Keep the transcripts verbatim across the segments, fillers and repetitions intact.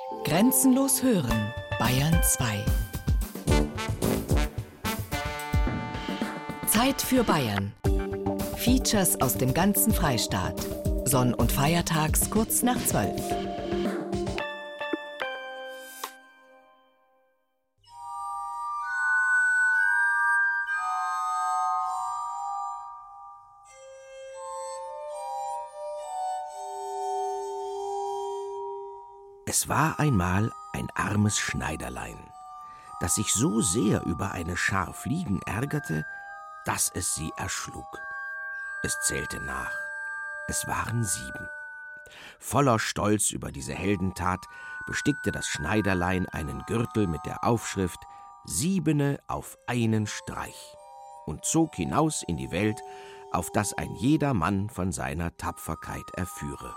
Grenzenlos hören, Bayern zwei. Zeit für Bayern. Features aus dem ganzen Freistaat. Sonn- und Feiertags kurz nach zwölf. Es war einmal ein armes Schneiderlein, das sich so sehr über eine Schar Fliegen ärgerte, dass es sie erschlug. Es zählte nach. Es waren sieben. Voller Stolz über diese Heldentat bestickte das Schneiderlein einen Gürtel mit der Aufschrift »Siebene auf einen Streich« und zog hinaus in die Welt, auf dass ein jeder Mann von seiner Tapferkeit erführe.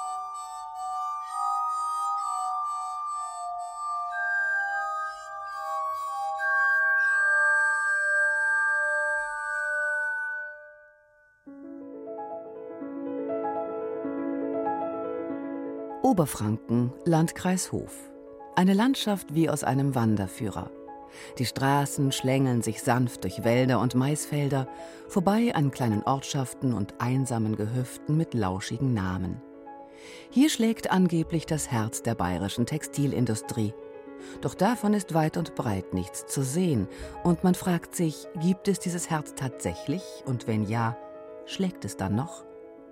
Oberfranken, Landkreis Hof. Eine Landschaft wie aus einem Wanderführer. Die Straßen schlängeln sich sanft durch Wälder und Maisfelder, vorbei an kleinen Ortschaften und einsamen Gehöften mit lauschigen Namen. Hier schlägt angeblich das Herz der bayerischen Textilindustrie. Doch davon ist weit und breit nichts zu sehen. Und man fragt sich, gibt es dieses Herz tatsächlich? Und wenn ja, schlägt es dann noch?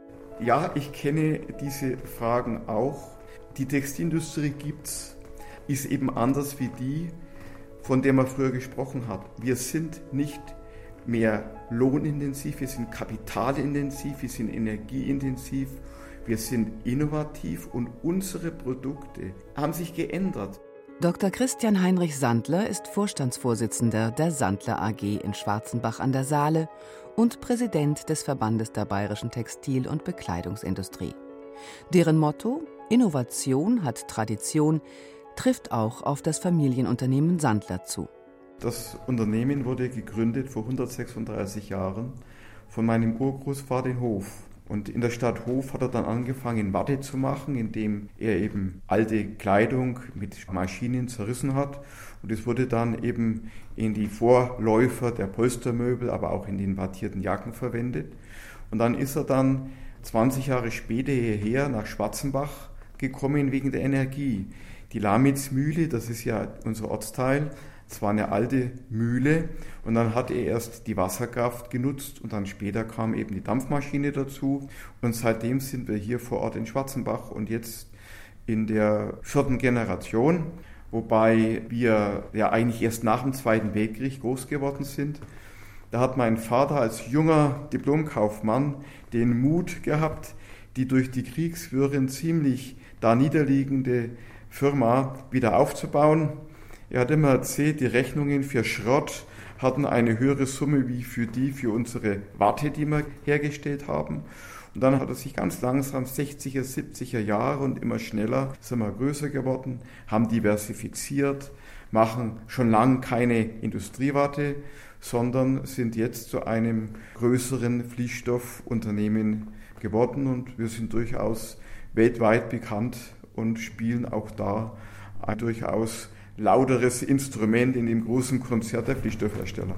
Ja, ich kenne diese Fragen auch. Die Textilindustrie gibt's, ist eben anders wie die, von der man früher gesprochen hat. Wir sind nicht mehr lohnintensiv, wir sind kapitalintensiv, wir sind energieintensiv, wir sind innovativ und unsere Produkte haben sich geändert. Doktor Christian Heinrich Sandler ist Vorstandsvorsitzender der Sandler A G in Schwarzenbach an der Saale und Präsident des Verbandes der bayerischen Textil- und Bekleidungsindustrie. Deren Motto »Innovation hat Tradition« trifft auch auf das Familienunternehmen Sandler zu. Das Unternehmen wurde gegründet vor hundertsechsunddreißig Jahren von meinem Urgroßvater in Hof. Und in der Stadt Hof hat er dann angefangen, Watte zu machen, indem er eben alte Kleidung mit Maschinen zerrissen hat. Und es wurde dann eben in die Vorläufer der Polstermöbel, aber auch in den wattierten Jacken verwendet. Und dann ist er dann zwanzig Jahre später hierher nach Schwarzenbach gekommen wegen der Energie. Die Lamitzmühle, das ist ja unser Ortsteil, es war eine alte Mühle und dann hat er erst die Wasserkraft genutzt und dann später kam eben die Dampfmaschine dazu und seitdem sind wir hier vor Ort in Schwarzenbach und jetzt in der vierten Generation, wobei wir ja eigentlich erst nach dem Zweiten Weltkrieg groß geworden sind. Da hat mein Vater als junger Diplomkaufmann den Mut gehabt, die durch die Kriegswirren ziemlich da niederliegende Firma wieder aufzubauen. Er hat immer erzählt, die Rechnungen für Schrott hatten eine höhere Summe wie für die für unsere Watte, die wir hergestellt haben. Und dann hat er sich ganz langsam, sechziger, siebziger Jahre und immer schneller, sind wir größer geworden, haben diversifiziert, machen schon lange keine Industriewatte, sondern sind jetzt zu einem größeren Fließstoffunternehmen geworden und wir sind durchaus weltweit bekannt und spielen auch da ein durchaus lauteres Instrument in dem großen Konzert der Fließstoffhersteller.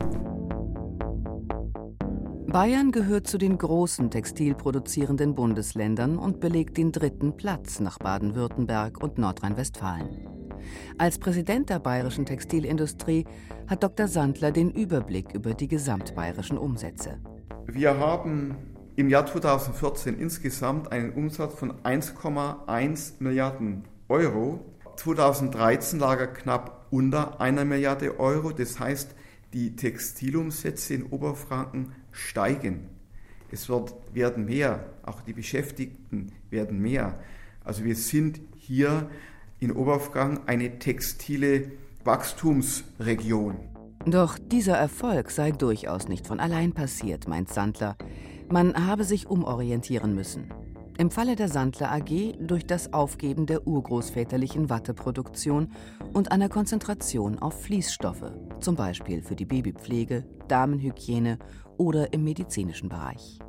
Bayern gehört zu den großen textilproduzierenden Bundesländern und belegt den dritten Platz nach Baden-Württemberg und Nordrhein-Westfalen. Als Präsident der bayerischen Textilindustrie hat Doktor Sandler den Überblick über die gesamtbayerischen Umsätze. Wir haben im Jahr zweitausendvierzehn insgesamt einen Umsatz von eins Komma eins Milliarden Euro. zweitausenddreizehn lag er knapp unter einer Milliarde Euro. Das heißt, die Textilumsätze in Oberfranken steigen. Es wird, werden mehr, auch die Beschäftigten werden mehr. Also wir sind hier in Oberfranken eine textile Wachstumsregion. Doch dieser Erfolg sei durchaus nicht von allein passiert, meint Sandler. Man habe sich umorientieren müssen. Im Falle der Sandler A G durch das Aufgeben der urgroßväterlichen Watteproduktion und einer Konzentration auf Fließstoffe, zum Beispiel für die Babypflege, Damenhygiene oder im medizinischen Bereich.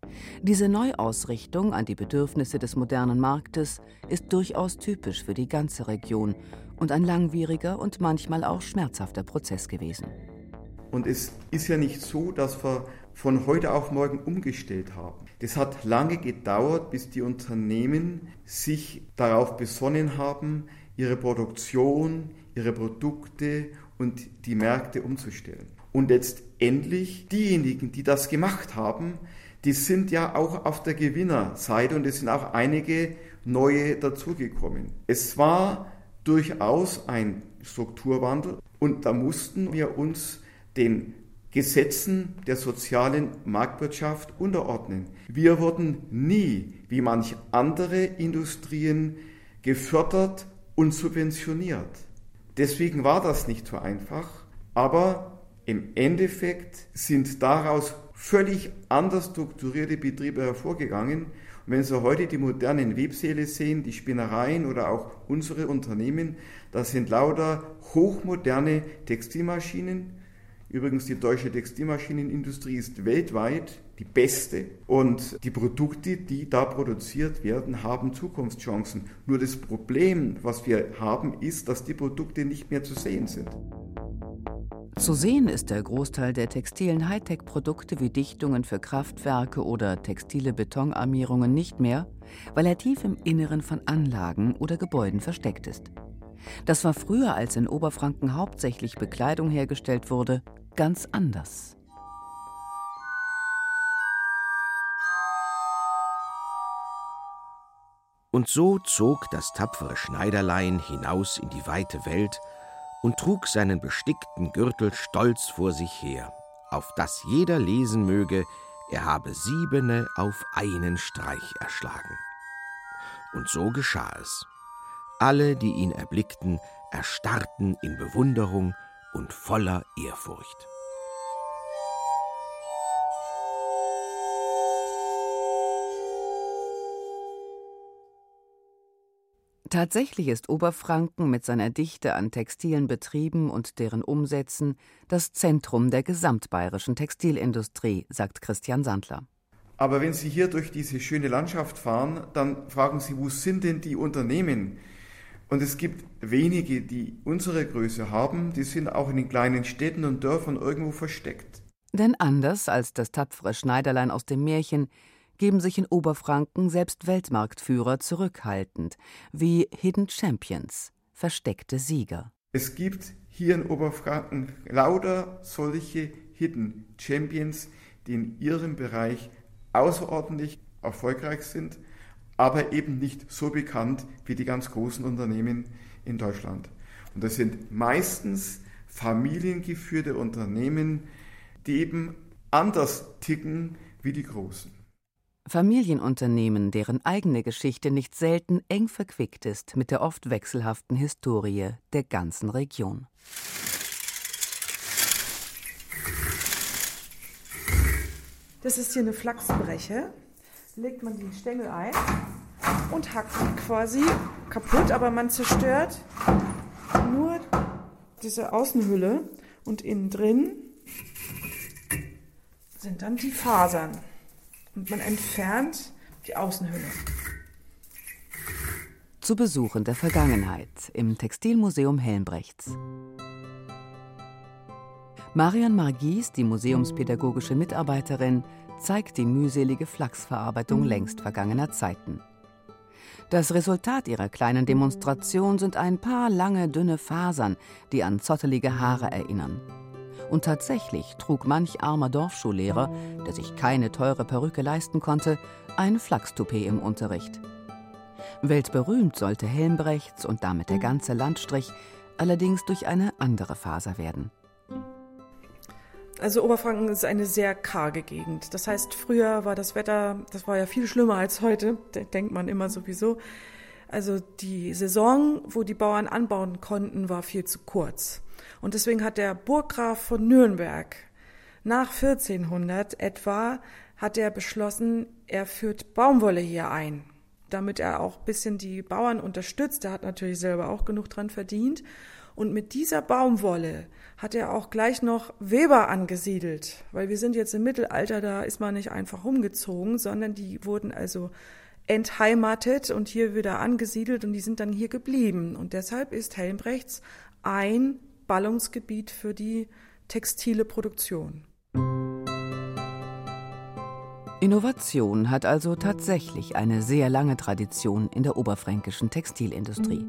Diese Neuausrichtung an die Bedürfnisse des modernen Marktes ist durchaus typisch für die ganze Region und ein langwieriger und manchmal auch schmerzhafter Prozess gewesen. Und es ist ja nicht so, dass wir von heute auf morgen umgestellt haben. Das hat lange gedauert, bis die Unternehmen sich darauf besonnen haben, ihre Produktion, ihre Produkte und die Märkte umzustellen. Und letztendlich diejenigen, die das gemacht haben, die sind ja auch auf der Gewinnerseite und es sind auch einige neue dazugekommen. Es war durchaus ein Strukturwandel und da mussten wir uns den Gesetzen der sozialen Marktwirtschaft unterordnen. Wir wurden nie, wie manch andere Industrien, gefördert und subventioniert. Deswegen war das nicht so einfach, aber im Endeffekt sind daraus völlig anders strukturierte Betriebe hervorgegangen. Und wenn Sie heute die modernen Websäle sehen, die Spinnereien oder auch unsere Unternehmen, das sind lauter hochmoderne Textilmaschinen. Übrigens, die deutsche Textilmaschinenindustrie ist weltweit die beste und die Produkte, die da produziert werden, haben Zukunftschancen. Nur das Problem, was wir haben, ist, dass die Produkte nicht mehr zu sehen sind. Zu sehen ist der Großteil der textilen Hightech-Produkte wie Dichtungen für Kraftwerke oder textile Betonarmierungen nicht mehr, weil er tief im Inneren von Anlagen oder Gebäuden versteckt ist. Das war früher, als in Oberfranken hauptsächlich Bekleidung hergestellt wurde, ganz anders. Und so zog das tapfere Schneiderlein hinaus in die weite Welt und trug seinen bestickten Gürtel stolz vor sich her, auf dass jeder lesen möge, er habe Siebene auf einen Streich erschlagen. Und so geschah es. Alle, die ihn erblickten, erstarrten in Bewunderung und voller Ehrfurcht. Tatsächlich ist Oberfranken mit seiner Dichte an textilen Betrieben und deren Umsätzen das Zentrum der gesamtbayerischen Textilindustrie, sagt Christian Sandler. Aber wenn Sie hier durch diese schöne Landschaft fahren, dann fragen Sie, wo sind denn die Unternehmen? Und es gibt wenige, die unsere Größe haben, die sind auch in den kleinen Städten und Dörfern irgendwo versteckt. Denn anders als das tapfere Schneiderlein aus dem Märchen geben sich in Oberfranken selbst Weltmarktführer zurückhaltend, wie Hidden Champions, versteckte Sieger. Es gibt hier in Oberfranken lauter solche Hidden Champions, die in ihrem Bereich außerordentlich erfolgreich sind, aber eben nicht so bekannt wie die ganz großen Unternehmen in Deutschland. Und das sind meistens familiengeführte Unternehmen, die eben anders ticken wie die großen. Familienunternehmen, deren eigene Geschichte nicht selten eng verquickt ist mit der oft wechselhaften Historie der ganzen Region. Das ist hier eine Flachsbreche. Legt man die Stängel ein und hackt die quasi kaputt, aber man zerstört nur diese Außenhülle und innen drin sind dann die Fasern. Und man entfernt die Außenhülle. Zu Besuch in der Vergangenheit im Textilmuseum Helmbrechts. Marion Margies, die museumspädagogische Mitarbeiterin, zeigt die mühselige Flachsverarbeitung längst vergangener Zeiten. Das Resultat ihrer kleinen Demonstration sind ein paar lange, dünne Fasern, die an zottelige Haare erinnern. Und tatsächlich trug manch armer Dorfschullehrer, der sich keine teure Perücke leisten konnte, ein Flachstoupet im Unterricht. Weltberühmt sollte Helmbrechts und damit der ganze Landstrich allerdings durch eine andere Faser werden. Also Oberfranken ist eine sehr karge Gegend. Das heißt, früher war das Wetter, das war ja viel schlimmer als heute, denkt man immer sowieso. Also die Saison, wo die Bauern anbauen konnten, war viel zu kurz. Und deswegen hat der Burggraf von Nürnberg nach vierzehnhundert etwa, hat er beschlossen, er führt Baumwolle hier ein. damit er auch ein bisschen die Bauern unterstützt. Der hat natürlich selber auch genug dran verdient. Und mit dieser Baumwolle hat er auch gleich noch Weber angesiedelt, weil wir sind jetzt im Mittelalter, da ist man nicht einfach umgezogen, sondern die wurden also entheimatet und hier wieder angesiedelt und die sind dann hier geblieben. Und deshalb ist Helmbrechts ein Ballungsgebiet für die textile Produktion. Innovation hat also tatsächlich eine sehr lange Tradition in der oberfränkischen Textilindustrie.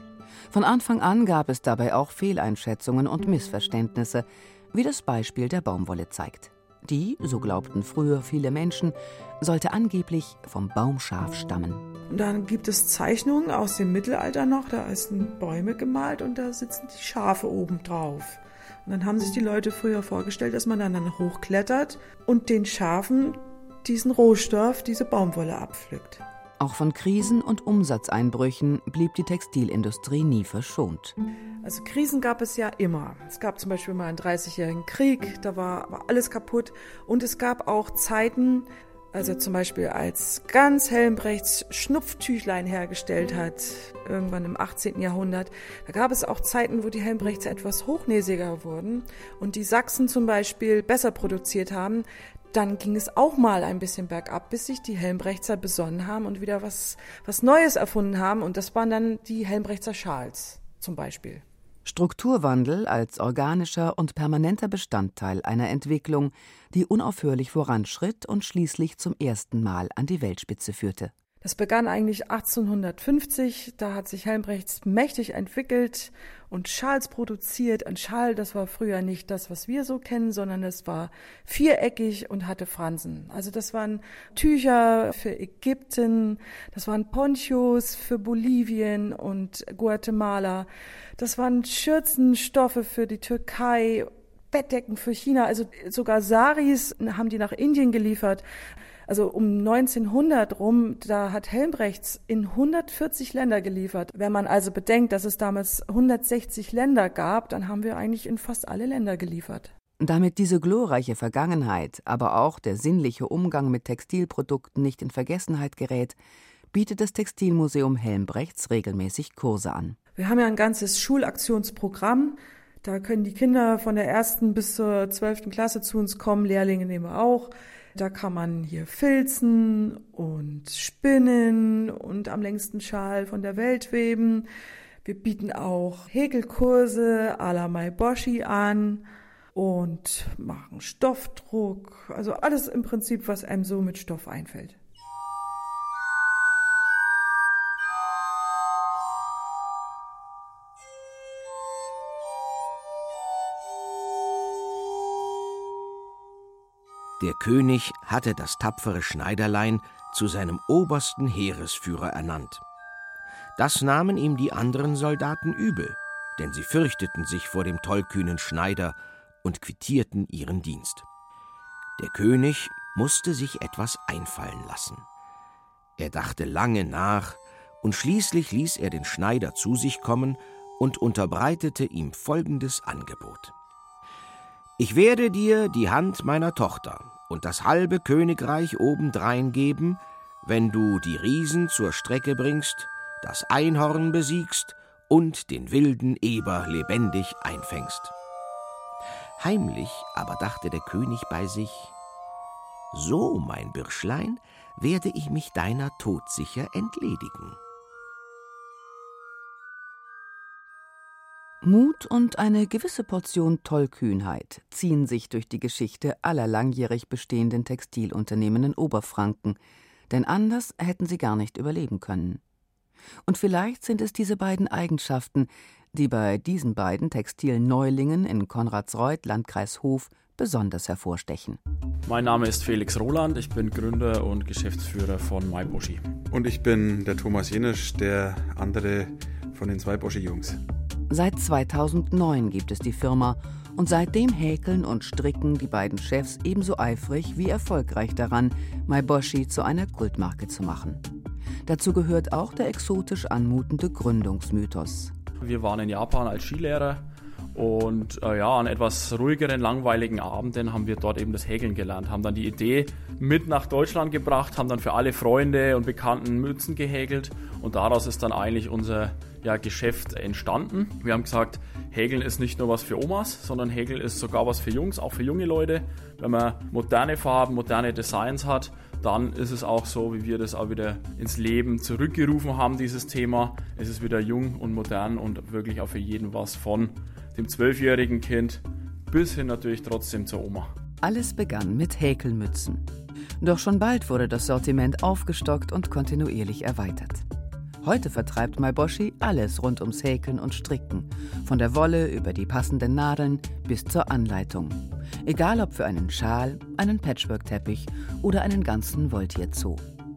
Von Anfang an gab es dabei auch Fehleinschätzungen und Missverständnisse, wie das Beispiel der Baumwolle zeigt. Die, so glaubten früher viele Menschen, sollte angeblich vom Baumschaf stammen. Und dann gibt es Zeichnungen aus dem Mittelalter noch, da sind Bäume gemalt und da sitzen die Schafe oben drauf. Und dann haben sich die Leute früher vorgestellt, dass man dann, dann hochklettert und den Schafen diesen Rohstoff, diese Baumwolle abpflückt. Auch von Krisen und Umsatzeinbrüchen blieb die Textilindustrie nie verschont. Also Krisen gab es ja immer. Es gab zum Beispiel mal einen dreißigjährigen Krieg, da war, war alles kaputt. Und es gab auch Zeiten, also zum Beispiel als ganz Helmbrechts Schnupftüchlein hergestellt hat, irgendwann im achtzehnten Jahrhundert, da gab es auch Zeiten, wo die Helmbrechts etwas hochnäsiger wurden und die Sachsen zum Beispiel besser produziert haben. Dann ging es auch mal ein bisschen bergab, bis sich die Helmbrechtser besonnen haben und wieder was, was Neues erfunden haben. Und das waren dann die Helmbrechtser Schals zum Beispiel. Strukturwandel als organischer und permanenter Bestandteil einer Entwicklung, die unaufhörlich voranschritt und schließlich zum ersten Mal an die Weltspitze führte. Das begann eigentlich achtzehnhundertfünfzig, da hat sich Helmbrechts mächtig entwickelt und Schals produziert. Ein Schal, das war früher nicht das, was wir so kennen, sondern es war viereckig und hatte Fransen. Also das waren Tücher für Ägypten, das waren Ponchos für Bolivien und Guatemala, das waren Schürzenstoffe für die Türkei, Bettdecken für China, also sogar Saris haben die nach Indien geliefert. Also um neunzehnhundert rum, da hat Helmbrechts in hundertvierzig Länder geliefert. Wenn man also bedenkt, dass es damals hundertsechzig Länder gab, dann haben wir eigentlich in fast alle Länder geliefert. Damit diese glorreiche Vergangenheit, aber auch der sinnliche Umgang mit Textilprodukten nicht in Vergessenheit gerät, bietet das Textilmuseum Helmbrechts regelmäßig Kurse an. Wir haben ja ein ganzes Schulaktionsprogramm. Da können die Kinder von der ersten bis zur zwölften Klasse zu uns kommen, Lehrlinge nehmen wir auch. Da kann man hier filzen und spinnen und am längsten Schal von der Welt weben. Wir bieten auch Häkelkurse à la Maiboshi an und machen Stoffdruck. Also alles im Prinzip, was einem so mit Stoff einfällt. Der König hatte das tapfere Schneiderlein zu seinem obersten Heeresführer ernannt. Das nahmen ihm die anderen Soldaten übel, denn sie fürchteten sich vor dem tollkühnen Schneider und quittierten ihren Dienst. Der König musste sich etwas einfallen lassen. Er dachte lange nach und schließlich ließ er den Schneider zu sich kommen und unterbreitete ihm folgendes Angebot: Ich werde dir die Hand meiner Tochter und das halbe Königreich obendrein geben, wenn du die Riesen zur Strecke bringst, das Einhorn besiegst und den wilden Eber lebendig einfängst. Heimlich aber dachte der König bei sich: So, mein Bürschlein, werde ich mich deiner todsicher entledigen. Mut und eine gewisse Portion Tollkühnheit ziehen sich durch die Geschichte aller langjährig bestehenden Textilunternehmen in Oberfranken, denn anders hätten sie gar nicht überleben können. Und vielleicht sind es diese beiden Eigenschaften, die bei diesen beiden Textilneulingen in Konradsreuth, Landkreis Hof, besonders hervorstechen. Mein Name ist Felix Roland, ich bin Gründer und Geschäftsführer von Maiboshi. Und ich bin der Thomas Jenisch, der andere von den zwei Boschi-Jungs. Seit zweitausendneun gibt es die Firma und seitdem häkeln und stricken die beiden Chefs ebenso eifrig wie erfolgreich daran, Maiboshi zu einer Kultmarke zu machen. Dazu gehört auch der exotisch anmutende Gründungsmythos. Wir waren in Japan als Skilehrer Und äh, ja, an etwas ruhigeren, langweiligen Abenden haben wir dort eben das Häkeln gelernt, haben dann die Idee mit nach Deutschland gebracht, haben dann für alle Freunde und Bekannten Mützen gehäkelt und daraus ist dann eigentlich unser ja, Geschäft entstanden. Wir haben gesagt, Häkeln ist nicht nur was für Omas, sondern Häkeln ist sogar was für Jungs, auch für junge Leute. Wenn man moderne Farben, moderne Designs hat, dann ist es auch so, wie wir das auch wieder ins Leben zurückgerufen haben, dieses Thema. Es ist wieder jung und modern und wirklich auch für jeden was, von dem zwölfjährigen Kind bis hin natürlich trotzdem zur Oma. Alles begann mit Häkelmützen. Doch schon bald wurde das Sortiment aufgestockt und kontinuierlich erweitert. Heute vertreibt myboshi alles rund ums Häkeln und Stricken, von der Wolle über die passenden Nadeln bis zur Anleitung. Egal ob für einen Schal, einen Patchwork-Teppich oder einen ganzen Wolltierzoo.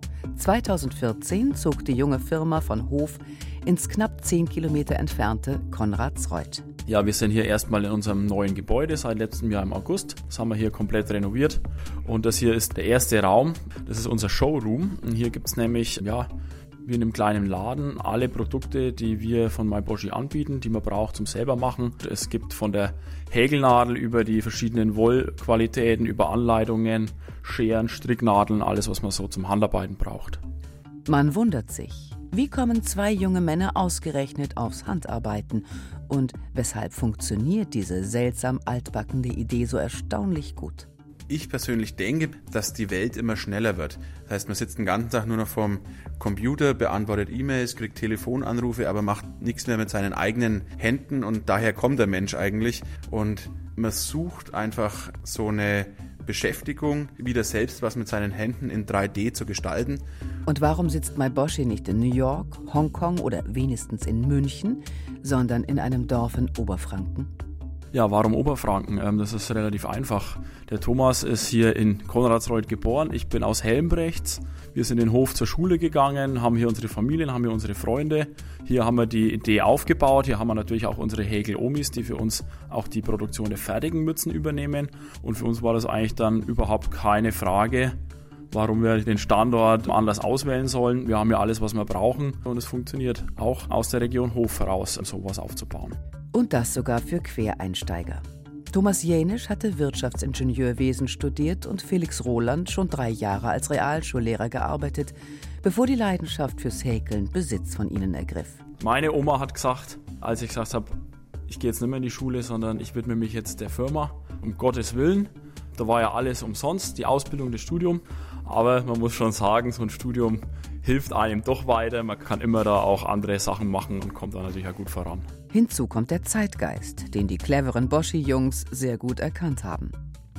zweitausendvierzehn zog die junge Firma von Hof ins knapp zehn Kilometer entfernte Konradsreuth. Ja, wir sind hier erstmal in unserem neuen Gebäude seit letztem Jahr im August. Das haben wir hier komplett renoviert. Und das hier ist der erste Raum. Das ist unser Showroom. Und hier gibt es nämlich, ja, wie in einem kleinen Laden, alle Produkte, die wir von myboshi anbieten, die man braucht zum selber machen. Es gibt von der Häkelnadel über die verschiedenen Wollqualitäten, über Anleitungen, Scheren, Stricknadeln, alles, was man so zum Handarbeiten braucht. Man wundert sich, wie kommen zwei junge Männer ausgerechnet aufs Handarbeiten und weshalb funktioniert diese seltsam altbackende Idee so erstaunlich gut? Ich persönlich denke, dass die Welt immer schneller wird. Das heißt, man sitzt den ganzen Tag nur noch vorm Computer, beantwortet E-Mails, kriegt Telefonanrufe, aber macht nichts mehr mit seinen eigenen Händen und daher kommt der Mensch eigentlich. Und man sucht einfach so eine Beschäftigung, wieder selbst was mit seinen Händen in drei D zu gestalten. Und warum sitzt myboshi nicht in New York, Hongkong oder wenigstens in München, sondern in einem Dorf in Oberfranken? Ja, warum Oberfranken? Das ist relativ einfach. Der Thomas ist hier in Konradsreuth geboren, ich bin aus Helmbrechts. Wir sind in den Hof zur Schule gegangen, haben hier unsere Familien, haben hier unsere Freunde. Hier haben wir die Idee aufgebaut, hier haben wir natürlich auch unsere Häkel-Omis, die für uns auch die Produktion der fertigen Mützen übernehmen. Und für uns war das eigentlich dann überhaupt keine Frage, warum wir den Standort anders auswählen sollen. Wir haben ja alles, was wir brauchen und es funktioniert auch aus der Region Hof heraus, sowas aufzubauen. Und das sogar für Quereinsteiger. Thomas Jänisch hatte Wirtschaftsingenieurwesen studiert und Felix Roland schon drei Jahre als Realschullehrer gearbeitet, bevor die Leidenschaft fürs Häkeln Besitz von ihnen ergriff. Meine Oma hat gesagt, als ich gesagt habe, ich gehe jetzt nicht mehr in die Schule, sondern ich widme mich jetzt der Firma, um Gottes Willen. Da war ja alles umsonst, die Ausbildung, das Studium. Aber man muss schon sagen, so ein Studium hilft einem doch weiter. Man kann immer da auch andere Sachen machen und kommt da natürlich auch gut voran. Hinzu kommt der Zeitgeist, den die cleveren Boshi-Jungs sehr gut erkannt haben.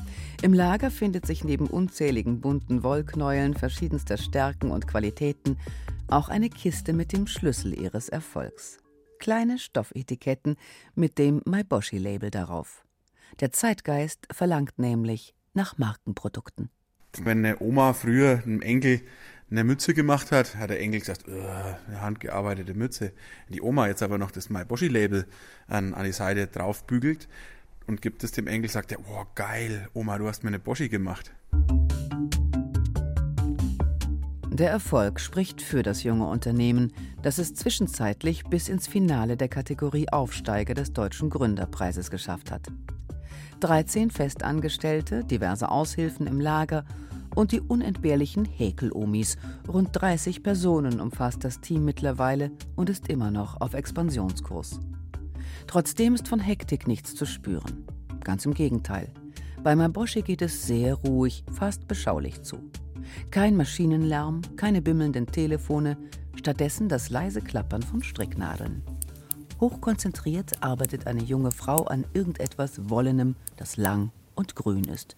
Im Lager findet sich neben unzähligen bunten Wollknäueln verschiedenster Stärken und Qualitäten auch eine Kiste mit dem Schlüssel ihres Erfolgs. Kleine Stoffetiketten mit dem myboshi-Label darauf. Der Zeitgeist verlangt nämlich nach Markenprodukten. Wenn eine Oma früher einem Enkel eine Mütze gemacht hat, hat der Enkel gesagt, eine handgearbeitete Mütze. Die Oma jetzt aber noch das myboshi-Label an, an die Seite drauf bügelt und gibt es dem Enkel, sagt er, oh geil, Oma, du hast mir eine Boschi gemacht. Der Erfolg spricht für das junge Unternehmen, das es zwischenzeitlich bis ins Finale der Kategorie Aufsteiger des Deutschen Gründerpreises geschafft hat. dreizehn Festangestellte, diverse Aushilfen im Lager und die unentbehrlichen Häkel-Omis. Rund dreißig Personen umfasst das Team mittlerweile und ist immer noch auf Expansionskurs. Trotzdem ist von Hektik nichts zu spüren. Ganz im Gegenteil. Bei myboshi geht es sehr ruhig, fast beschaulich zu. Kein Maschinenlärm, keine bimmelnden Telefone, stattdessen das leise Klappern von Stricknadeln. Hochkonzentriert arbeitet eine junge Frau an irgendetwas Wollenem, das lang und grün ist.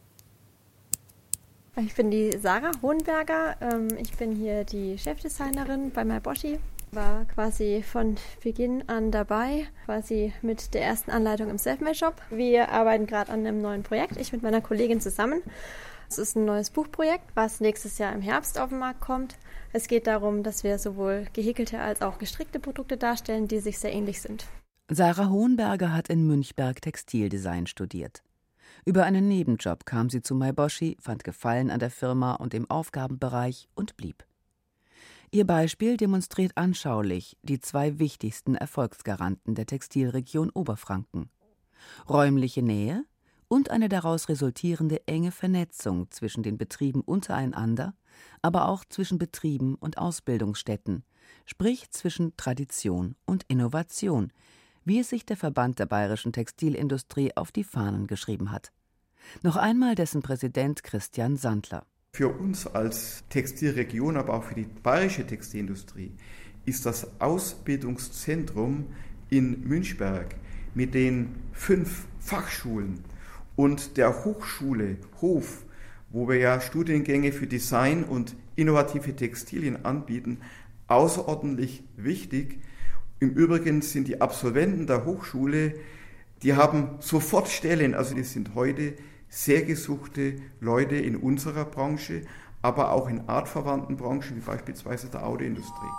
Ich bin die Sarah Hohenberger. Ich bin hier die Chefdesignerin bei myboshi. War quasi von Beginn an dabei, quasi mit der ersten Anleitung im Selfmade-Shop. Wir arbeiten gerade an einem neuen Projekt, ich mit meiner Kollegin zusammen. Es ist ein neues Buchprojekt, was nächstes Jahr im Herbst auf den Markt kommt. Es geht darum, dass wir sowohl gehäkelte als auch gestrickte Produkte darstellen, die sich sehr ähnlich sind. Sarah Hohenberger hat in Münchberg Textildesign studiert. Über einen Nebenjob kam sie zu myboshi, fand Gefallen an der Firma und dem Aufgabenbereich und blieb. Ihr Beispiel demonstriert anschaulich die zwei wichtigsten Erfolgsgaranten der Textilregion Oberfranken: räumliche Nähe und eine daraus resultierende enge Vernetzung zwischen den Betrieben untereinander, aber auch zwischen Betrieben und Ausbildungsstätten, sprich zwischen Tradition und Innovation, wie es sich der Verband der bayerischen Textilindustrie auf die Fahnen geschrieben hat. Noch einmal dessen Präsident Christian Sandler. Für uns als Textilregion, aber auch für die bayerische Textilindustrie, ist das Ausbildungszentrum in Münchberg mit den fünf Fachschulen und der Hochschule Hof, wo wir ja Studiengänge für Design und innovative Textilien anbieten, außerordentlich wichtig. Im Übrigen sind die Absolventen der Hochschule, die haben sofort Stellen, also die sind heute sehr gesuchte Leute in unserer Branche, aber auch in artverwandten Branchen, wie beispielsweise der Autoindustrie.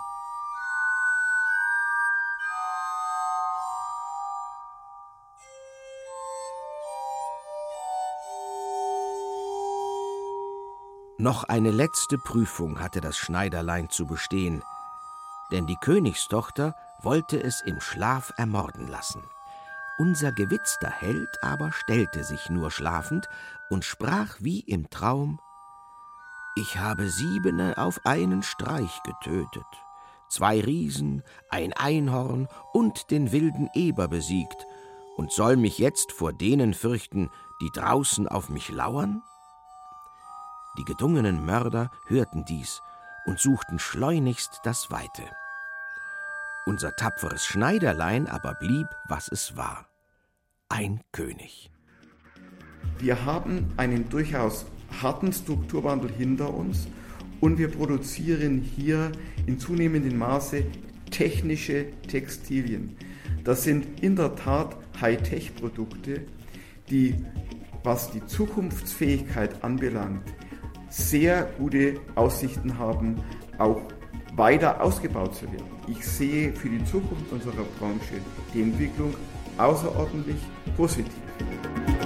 Noch eine letzte Prüfung hatte das Schneiderlein zu bestehen, denn die Königstochter wollte es im Schlaf ermorden lassen. Unser gewitzter Held aber stellte sich nur schlafend und sprach wie im Traum: Ich habe Siebene auf einen Streich getötet, zwei Riesen, ein Einhorn und den wilden Eber besiegt und soll mich jetzt vor denen fürchten, die draußen auf mich lauern? Die gedungenen Mörder hörten dies und suchten schleunigst das Weite. Unser tapferes Schneiderlein aber blieb, was es war: ein König. Wir haben einen durchaus harten Strukturwandel hinter uns und wir produzieren hier in zunehmendem Maße technische Textilien. Das sind in der Tat Hightech-Produkte, die, was die Zukunftsfähigkeit anbelangt, sehr gute Aussichten haben, auch weiter ausgebaut zu werden. Ich sehe für die Zukunft unserer Branche die Entwicklung außerordentlich positiv.